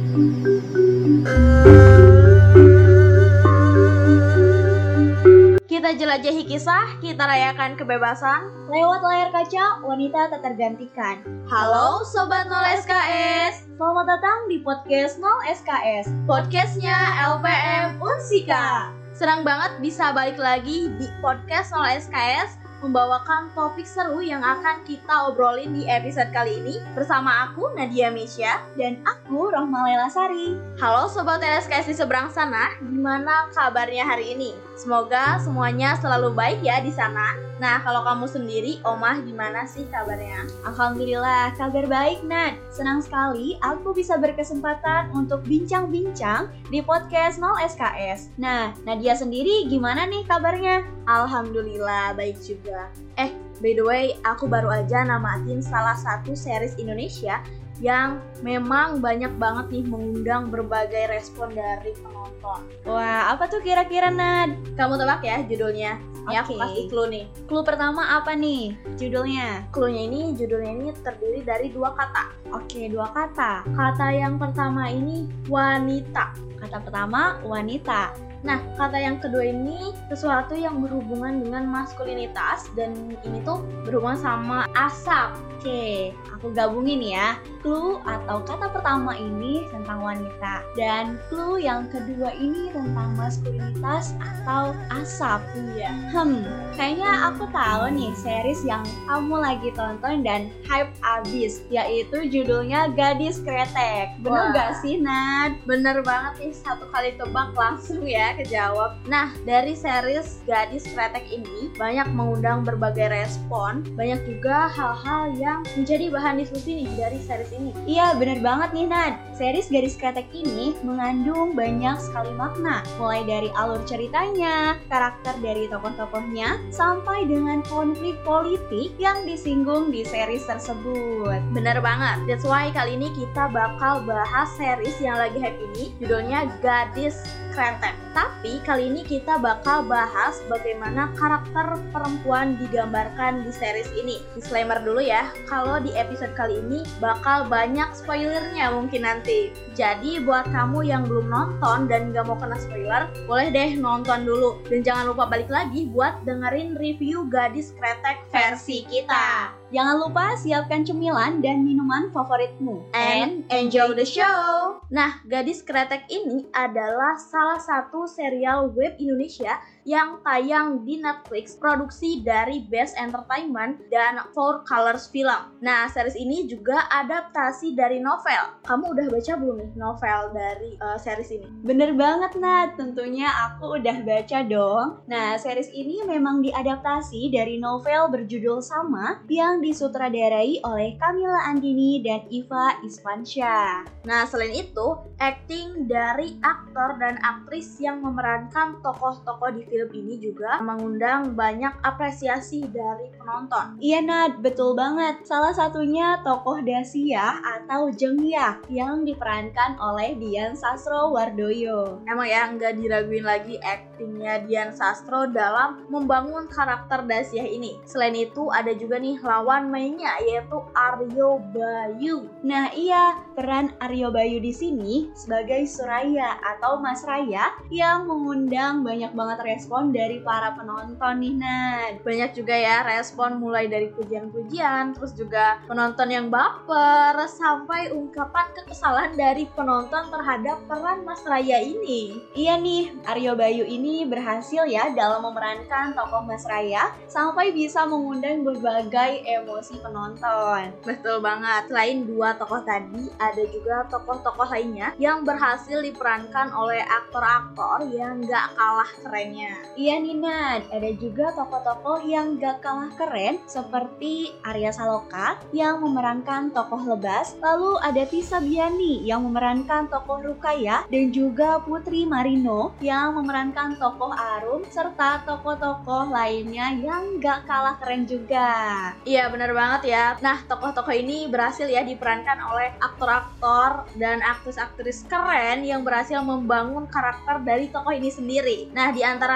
Kita jelajahi kisah, kita rayakan kebebasan. Lewat layar kaca, wanita tak tergantikan. Halo Sobat 0 SKS. Selamat datang di podcast 0 SKS, Podcastnya LPM Unsika. Senang banget bisa balik lagi di podcast 0 SKS, membawakan topik seru yang akan kita obrolin di episode kali ini bersama aku Nadia Mesya dan aku Rohma Lela Sari. Halo Sobat LSKS di seberang sana, gimana kabarnya hari ini? Semoga semuanya selalu baik ya di sana. Nah, kalau kamu sendiri, Omah gimana sih kabarnya? Alhamdulillah, kabar baik Nad. Senang sekali aku bisa berkesempatan untuk bincang-bincang di podcast 0 SKS. Nah, Nadia sendiri gimana nih kabarnya? Alhamdulillah, baik juga. By the way, aku baru aja namatin salah satu series Indonesia yang memang banyak banget nih mengundang berbagai respon dari penonton. Wah, apa tuh kira-kira Nad? Kamu tebak ya judulnya? Ini aku Oke. kasih clue nih. Clue pertama apa nih judulnya? Judulnya ini terdiri dari 2 kata. Oke, 2 kata. Kata yang pertama ini wanita. Kata pertama wanita. Nah, kata yang kedua ini sesuatu yang berhubungan dengan maskulinitas dan ini tuh berhubungan sama asap. Oke, aku gabungin ya. Clue atau kata pertama ini tentang wanita dan clue yang kedua ini tentang maskulinitas atau asap. Iya. Kayaknya aku tahu nih series yang kamu lagi tonton dan hype abis, yaitu judulnya Gadis Kretek. Bener Wah. gak sih Nad? Bener banget nih, satu kali tebak langsung ya kejawab. Nah, dari series Gadis Kretek ini banyak mengundang berbagai respon, banyak juga hal-hal yang menjadi bahan diskusi nih dari series ini. Iya bener banget nih Nad. Series Gadis Kretek ini mengandung banyak sekali makna, mulai dari alur ceritanya, karakter dari tokoh-tokohnya, sampai dengan konflik politik yang disinggung di series tersebut. Bener banget, that's why kali ini kita bakal bahas series yang lagi hype ini, judulnya Gadis Kretek. Tapi kali ini kita bakal bahas bagaimana karakter perempuan digambarkan di series ini. Disclaimer dulu ya, kalau di episode kali ini bakal banyak spoilernya mungkin nanti. Jadi buat kamu yang belum nonton dan gak mau kena spoiler, boleh deh nonton dulu. Dan jangan lupa balik lagi buat dengerin review Gadis Kretek versi kita. Jangan lupa siapkan cemilan dan minuman favoritmu. And enjoy the show! Nah, Gadis Kretek ini adalah salah satu serial web Indonesia yang tayang di Netflix, produksi dari Best Entertainment dan Four Colors Film. Nah, series ini juga adaptasi dari novel. Kamu udah baca belum nih novel dari series ini? Bener banget Nat, tentunya aku udah baca dong. Nah, series ini memang diadaptasi dari novel berjudul sama yang disutradarai oleh Kamila Andini dan Iva Isfansyah. Nah, selain itu, akting dari aktor dan aktris yang memerankan tokoh-tokoh di film ini juga mengundang banyak apresiasi dari penonton. Iya Nat, betul banget. Salah satunya tokoh Dasia atau Jengyah yang diperankan oleh Dian Sastrowardoyo. Emang ya, nggak diraguin lagi aktingnya Dian Sastro dalam membangun karakter Dasia ini. Selain itu, ada juga nih lawan mainnya, yaitu Aryo Bayu. Nah iya, peran Aryo Bayu di sini sebagai Suraya atau Mas Raya yang mengundang banyak banget respon dari para penonton nih Nad. Banyak juga ya respon, mulai dari pujian-pujian, terus juga penonton yang baper, sampai ungkapan kekesalan dari penonton terhadap peran Mas Raya ini. Iya nih, Aryo Bayu ini berhasil ya dalam memerankan tokoh Mas Raya sampai bisa mengundang berbagai emosi penonton. Betul banget. Selain 2 tokoh tadi, ada juga tokoh-tokoh lainnya yang berhasil diperankan oleh aktor-aktor yang gak kalah kerennya. Iya nih Nad, ada juga tokoh-tokoh yang gak kalah keren seperti Arya Saloka yang memerankan tokoh Lebas, lalu ada Tisa Biani yang memerankan tokoh Rukaya dan juga Putri Marino yang memerankan tokoh Arum serta tokoh-tokoh lainnya yang gak kalah keren juga. Iya benar banget ya. Nah, tokoh-tokoh ini berhasil ya diperankan oleh aktor-aktor dan aktris-aktris keren yang berhasil membangun karakter dari tokoh ini sendiri. Nah, di antara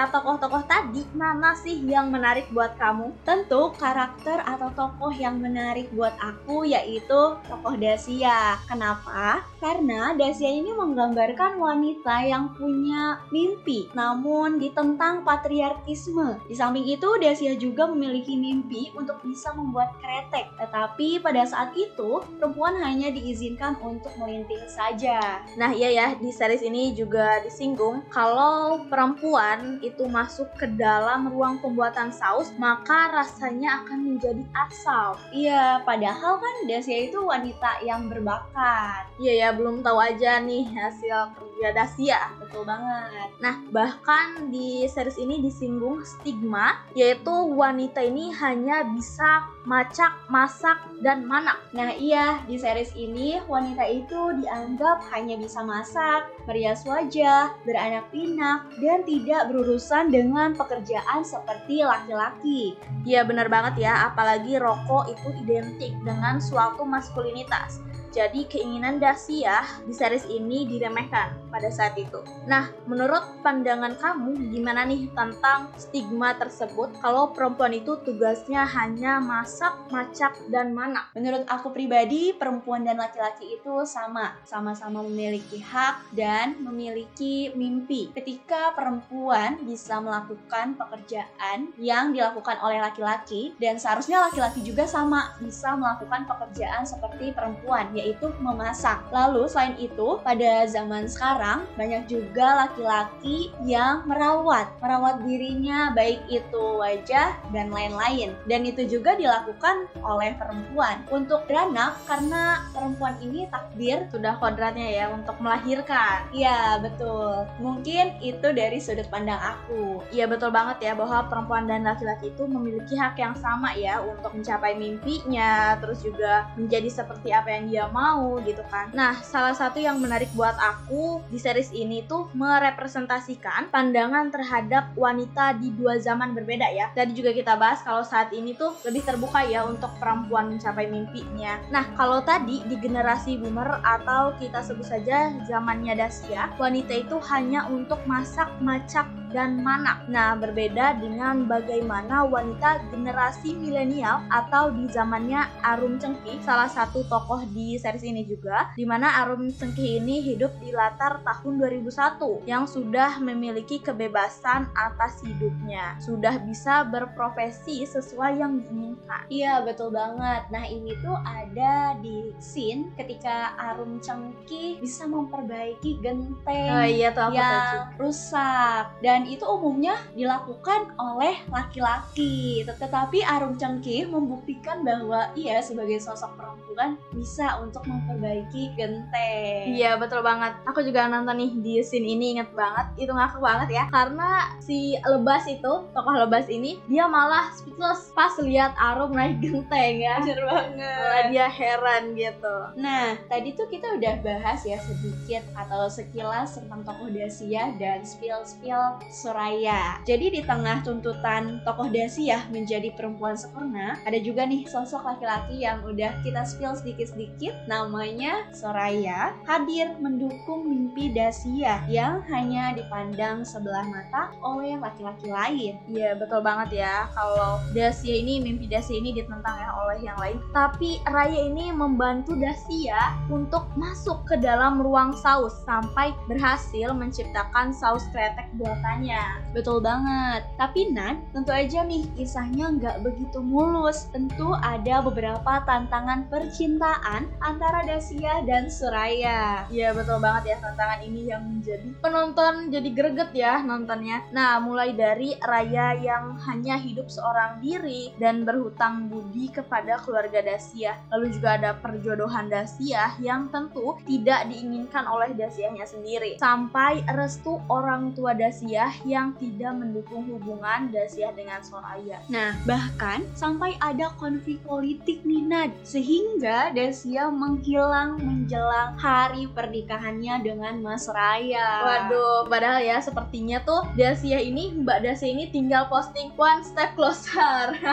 antara tokoh-tokoh tadi, mana sih yang menarik buat kamu? Tentu karakter atau tokoh yang menarik buat aku yaitu tokoh Dacia. Kenapa? Karena Dacia ini menggambarkan wanita yang punya mimpi, namun ditentang patriarkisme. Di samping itu, Dacia juga memiliki mimpi untuk bisa membuat kretek. Tetapi pada saat itu, perempuan hanya diizinkan untuk melinting saja. Nah iya ya, di series ini juga disinggung kalau perempuan itu masuk ke dalam ruang pembuatan saus, maka rasanya akan menjadi asam. Iya, padahal kan Dacia itu wanita yang berbakat. Iya ya, belum tahu aja nih hasil kerja Dacia. Betul banget. Nah, bahkan di series ini disinggung stigma, yaitu wanita ini hanya bisa macak, masak, dan manak. Nah iya, di series ini wanita itu dianggap hanya bisa masak, merias wajah, beranak pinak, dan tidak berurusan dengan pekerjaan seperti laki-laki. Iya benar banget ya, apalagi rokok itu identik dengan suatu maskulinitas. Jadi keinginan Dacia di series ini diremehkan pada saat itu. Nah, menurut pandangan kamu gimana nih tentang stigma tersebut kalau perempuan itu tugasnya hanya masak, macak, dan manak? Menurut aku pribadi, perempuan dan laki-laki itu sama-sama memiliki hak dan memiliki mimpi. Ketika perempuan bisa melakukan pekerjaan yang dilakukan oleh laki-laki, dan seharusnya laki-laki juga sama bisa melakukan pekerjaan seperti perempuan, yaitu memasak. Lalu selain itu, pada zaman sekarang banyak juga laki-laki yang merawat dirinya, baik itu wajah dan lain-lain. Dan itu juga dilakukan oleh perempuan untuk beranak, karena perempuan ini takdir Sudah kodratnya ya untuk melahirkan. Iya betul. Mungkin itu dari sudut pandang aku. Iya betul banget ya, bahwa perempuan dan laki-laki itu memiliki hak yang sama ya untuk mencapai mimpinya, terus juga menjadi seperti apa yang dia mau gitu kan. Nah, salah satu yang menarik buat aku di series ini tuh merepresentasikan pandangan terhadap wanita di dua zaman berbeda ya. Tadi juga kita bahas kalau saat ini tuh lebih terbuka ya untuk perempuan mencapai mimpinya. Nah, kalau tadi di generasi boomer atau kita sebut saja zamannya Dacia, wanita itu hanya untuk masak, macak, dan manak. Nah, berbeda dengan bagaimana wanita generasi milenial atau di zamannya Arum Cengkih, salah satu tokoh di series ini juga, di mana Arum Cengkih ini hidup di latar tahun 2001 yang sudah memiliki kebebasan atas hidupnya, sudah bisa berprofesi sesuai yang diinginkan. Iya betul banget. Nah ini tuh ada di scene ketika Arum Cengkih bisa memperbaiki genteng Oh iya tuh aku tahu yang juga. rusak, dan itu umumnya dilakukan oleh laki-laki. Tetapi Arum Cengkih membuktikan bahwa ia sebagai sosok perempuan bisa untuk memperbaiki genteng. Iya betul banget. Aku juga nonton nih di scene ini, inget banget. Itu ngakak banget ya, karena si Lebas itu, tokoh Lebas ini, dia malah speechless pas lihat Arum naik genteng ya. Bener banget. Malah dia heran gitu. Nah, tadi tuh kita udah bahas ya sedikit atau sekilas tentang tokoh Dacia dan spill Soraya. Jadi di tengah tuntutan tokoh Dacia menjadi perempuan sempurna, ada juga nih sosok laki-laki yang udah kita spill sedikit-sedikit, namanya Soraya, hadir mendukung mimpi Dacia yang hanya dipandang sebelah mata oleh laki-laki lain. Iya betul banget ya, kalau Dacia ini, mimpi Dacia ini ditentang ya oleh yang lain, tapi Raya ini membantu Dacia untuk masuk ke dalam ruang saus sampai berhasil menciptakan saus kretek buatannya. Betul banget. Tapi Nan, tentu aja nih kisahnya nggak begitu mulus. Tentu ada beberapa tantangan percintaan antara Dacia dan Soraya. Iya betul banget ya, tantangan ini yang menjadi penonton jadi greget ya nontonnya. Nah, mulai dari Raya yang hanya hidup seorang diri dan berhutang budi kepada keluarga Dacia. Lalu juga ada perjodohan Dacia yang tentu tidak diinginkan oleh Dacianya sendiri. Sampai restu orang tua Dacia yang tidak mendukung hubungan Dacia dengan Soraya. Nah, bahkan sampai ada konflik politik nih Nad, sehingga Dacia menghilang menjelang hari pernikahannya dengan Mas Raya. Waduh, padahal ya sepertinya tuh Mbak Dacia ini tinggal posting one step closer.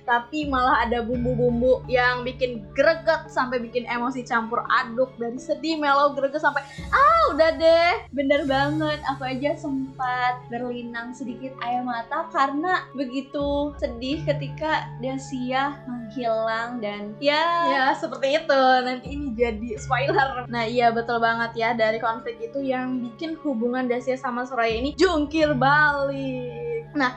tapi malah ada bumbu-bumbu yang bikin greget sampai bikin emosi campur aduk, dari sedih, melo, greget sampai udah deh. Bener banget, aku aja sempat berlinang sedikit air mata karena begitu sedih ketika Dacia menghilang dan ya seperti itu. Nanti ini jadi spoiler. Nah iya betul banget ya, dari konflik itu yang bikin hubungan Dacia sama Soraya ini jungkir balik. Nah,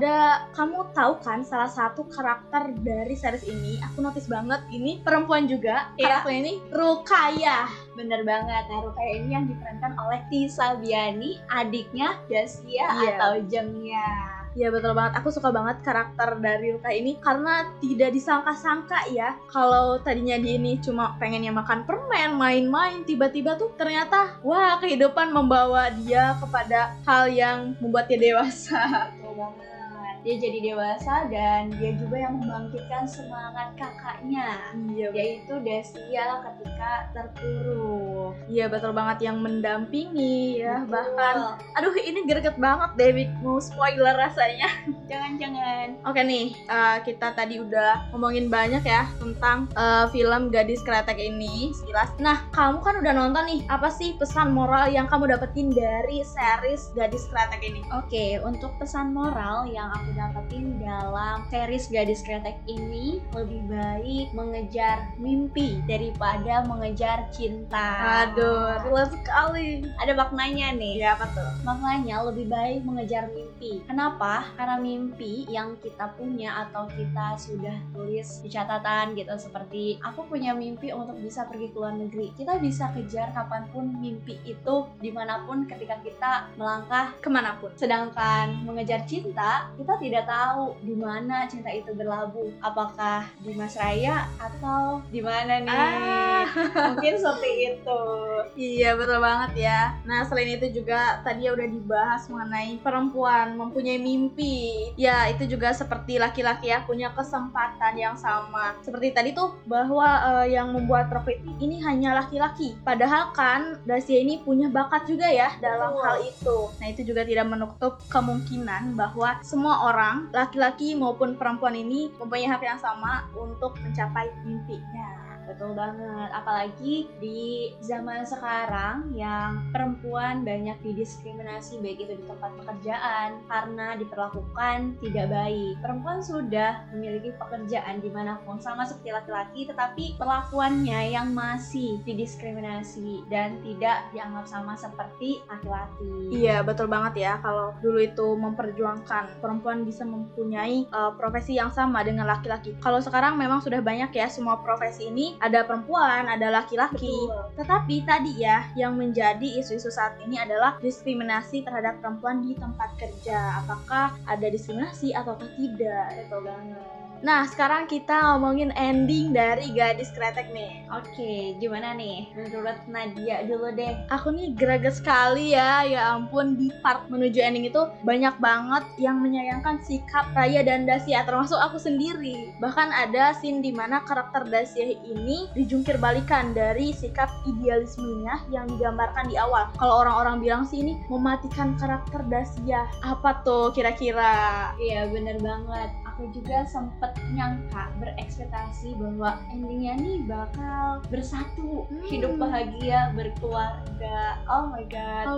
kamu tahu kan salah satu karakter dari series ini, aku notice banget ini perempuan juga, karakternya ini Rukaya. Bener banget, nah Rukaya ini yang diperankan oleh Tisa Biani, adiknya Dacia atau Jengnya. Ya betul banget, aku suka banget karakter dari Rukaya ini karena tidak disangka-sangka ya. Kalau tadinya dia ini cuma pengennya makan permen, main-main, tiba-tiba tuh ternyata wah, kehidupan membawa dia kepada hal yang membuat dia dewasa. Betul banget, dia jadi dewasa dan dia juga yang membangkitkan semangat kakaknya, yaitu Dacia ketika terpuruk. Iya betul banget, yang mendampingi ya. Betul. Bahkan aduh ini greget banget deh, mau spoiler rasanya. Jangan. Oke nih, kita tadi udah ngomongin banyak ya tentang film Gadis Kretek ini sekilas. Nah, kamu kan udah nonton nih, apa sih pesan moral yang kamu dapetin dari series Gadis Kretek ini? Oke, untuk pesan moral yang aku dapetin dalam series Gadis Kretek ini, lebih baik mengejar mimpi daripada mengejar cinta. Aduh, relate sekali. Ada maknanya nih. Ya, apa tuh? Maknanya lebih baik mengejar mimpi. Kenapa? Karena mimpi yang kita punya atau kita sudah tulis di catatan gitu, seperti aku punya mimpi untuk bisa pergi ke luar negeri. Kita bisa kejar kapanpun mimpi itu, dimanapun ketika kita melangkah kemanapun. Sedangkan mengejar cinta, kita tidak tahu di mana cinta itu berlabuh. Apakah di Mas Raya atau di mana nih? Mungkin seperti itu. Iya betul banget ya. Nah selain itu juga tadi udah dibahas mengenai perempuan mempunyai mimpi. Ya itu juga seperti laki-laki ya, punya kesempatan yang sama. Seperti tadi tuh bahwa yang membuat profit ini hanya laki-laki. Padahal kan Dacia ini punya bakat juga ya dalam hal itu. Nah itu juga tidak menutup kemungkinan bahwa semua orang, laki-laki maupun perempuan ini mempunyai hak yang sama untuk mencapai mimpinya. Betul banget, apalagi di zaman sekarang yang perempuan banyak didiskriminasi, baik itu di tempat pekerjaan karena diperlakukan tidak baik. Perempuan sudah memiliki pekerjaan dimanapun sama seperti laki-laki, tetapi perlakuannya yang masih didiskriminasi dan tidak dianggap sama seperti laki-laki. Iya betul banget ya, kalau dulu itu memperjuangkan perempuan bisa mempunyai profesi yang sama dengan laki-laki. Kalau sekarang memang sudah banyak ya, semua profesi ini ada perempuan, ada laki-laki. Betul. Tetapi tadi ya, yang menjadi isu-isu saat ini adalah diskriminasi terhadap perempuan di tempat kerja. Apakah ada diskriminasi ataukah tidak? Betul banget. Nah, sekarang kita ngomongin ending dari Gadis Kretek nih. Oke, gimana nih? Menurut Nadia dulu deh. Aku nih greget sekali ya ampun, di part menuju ending itu banyak banget yang menyayangkan sikap Raya dan Dacia, termasuk aku sendiri. Bahkan ada scene dimana karakter Dacia ini dijungkir balikan dari sikap idealismenya yang digambarkan di awal. Kalau orang-orang bilang sih ini mematikan karakter Dacia. Apa tuh kira-kira? Iya, bener banget. Aku juga sempet nyangka, berekspektasi bahwa endingnya nih bakal bersatu, hidup bahagia, berkeluarga. Oh my god.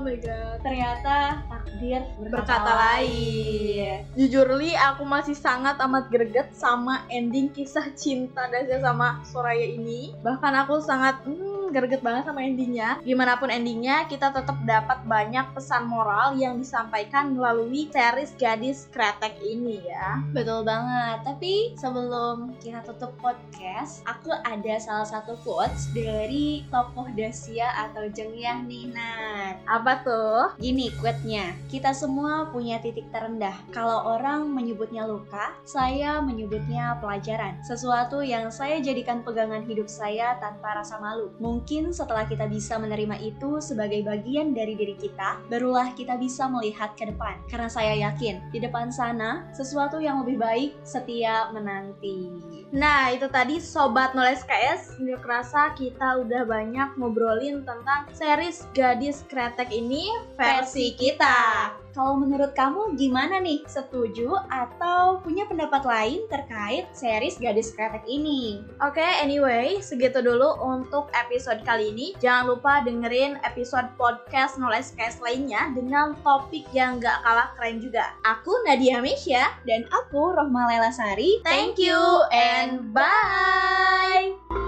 Ternyata takdir berkata lain. Jujur Li, aku masih sangat amat greget sama ending kisah cinta Dacia sama Soraya ini. Bahkan aku sangat greget banget sama endingnya. Gimana pun endingnya, kita tetap dapat banyak pesan moral yang disampaikan melalui series Gadis Kretek ini ya. Betul banget. Tapi sebelum kita tutup podcast, aku ada salah satu quotes dari tokoh Dacia atau Jengyah nih, Nat. Apa tuh? Gini quote-nya, kita semua punya titik terendah. Kalau orang menyebutnya luka, saya menyebutnya pelajaran. Sesuatu yang saya jadikan pegangan hidup saya tanpa rasa malu. Mungkin setelah kita bisa menerima itu sebagai bagian dari diri kita, barulah kita bisa melihat ke depan. Karena saya yakin, di depan sana, sesuatu yang lebih baik setia menanti. Nah, itu tadi Sobat Knowledge KS. Nggak kerasa kita udah banyak ngobrolin tentang series Gadis Kretek ini versi kita. Kalau menurut kamu gimana nih? Setuju atau punya pendapat lain terkait series Gadis Kretek ini? Oke, anyway, segitu dulu untuk episode kali ini. Jangan lupa dengerin episode podcast Knowledge KS lainnya dengan topik yang gak kalah keren juga. Aku Nadia Mesya. Dan aku Rohma Lelasari. Thank you and bye!